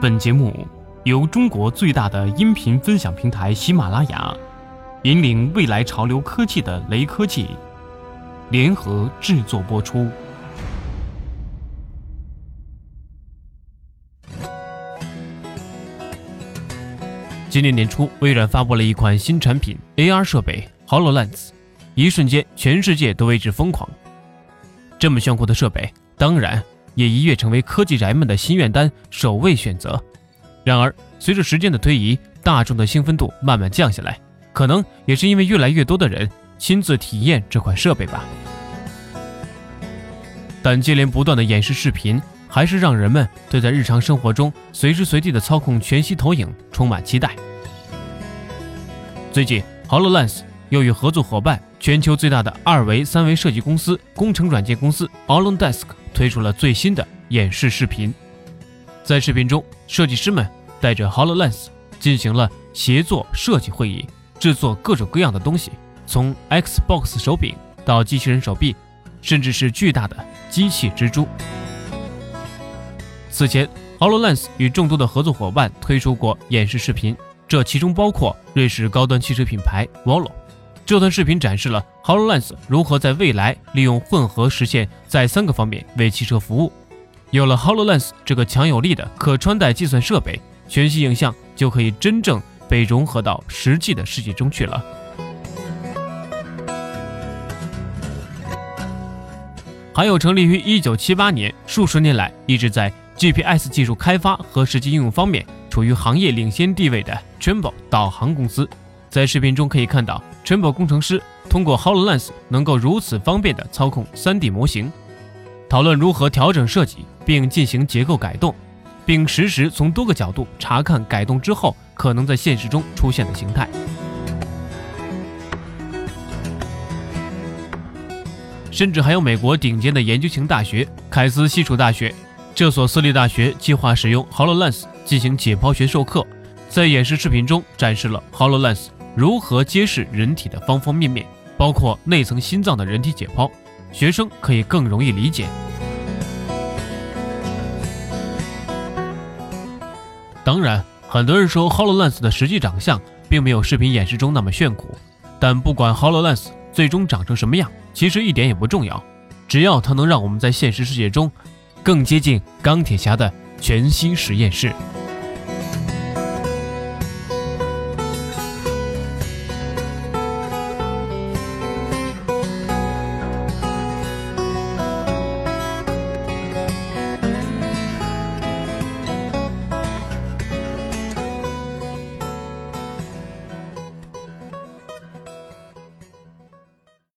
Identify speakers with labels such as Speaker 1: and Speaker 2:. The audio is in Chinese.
Speaker 1: 本节目由中国最大的音频分享平台喜马拉雅引领未来潮流科技的雷科技联合制作播出。今年年初，微软发布了一款新产品 AR 设备 HoloLens， 一瞬间全世界都为之疯狂。这么炫酷的设备，当然也一跃成为科技宅们的心愿单首位选择。然而，随着时间的推移，大众的兴奋度慢慢降下来，可能也是因为越来越多的人亲自体验这款设备吧。但接连不断的演示视频，还是让人们对在日常生活中随时随地的操控全息投影充满期待。最近 HoloLens 又与合作伙伴全球最大的2维、3维设计公司工程软件公司 Autodesk 推出了最新的演示视频。在视频中，设计师们带着 HoloLens 进行了协作设计会议，制作各种各样的东西，从 Xbox 手柄到机器人手臂，甚至是巨大的机器蜘蛛。此前 HoloLens 与众多的合作伙伴推出过演示视频，这其中包括瑞士高端汽车品牌 Volvo。这段视频展示了 HoloLens 如何在未来利用混合实现在3个方面为汽车服务。有了 HoloLens 这个强有力的可穿戴计算设备，全息影像就可以真正被融合到实际的世界中去了。还有成立于1978年，数十年来一直在 GPS 技术开发和实际应用方面处于行业领先地位的 Trimble 导航公司。在视频中可以看到 Trimble 工程师通过 HoloLens 能够如此方便地操控 3D 模型，讨论如何调整设计并进行结构改动，并实时从多个角度查看改动之后可能在现实中出现的形态。甚至还有美国顶尖的研究型大学凯斯西楚大学，这所私立大学计划使用 HoloLens 进行解剖学授课，在演示视频中展示了 HoloLens 如何揭示人体的方方面面，包括内层心脏的人体解剖，学生可以更容易理解。当然，很多人说 HoloLens 的实际长相并没有视频演示中那么炫酷，但不管 HoloLens 最终长成什么样，其实一点也不重要，只要它能让我们在现实世界中更接近钢铁侠的全息实验室。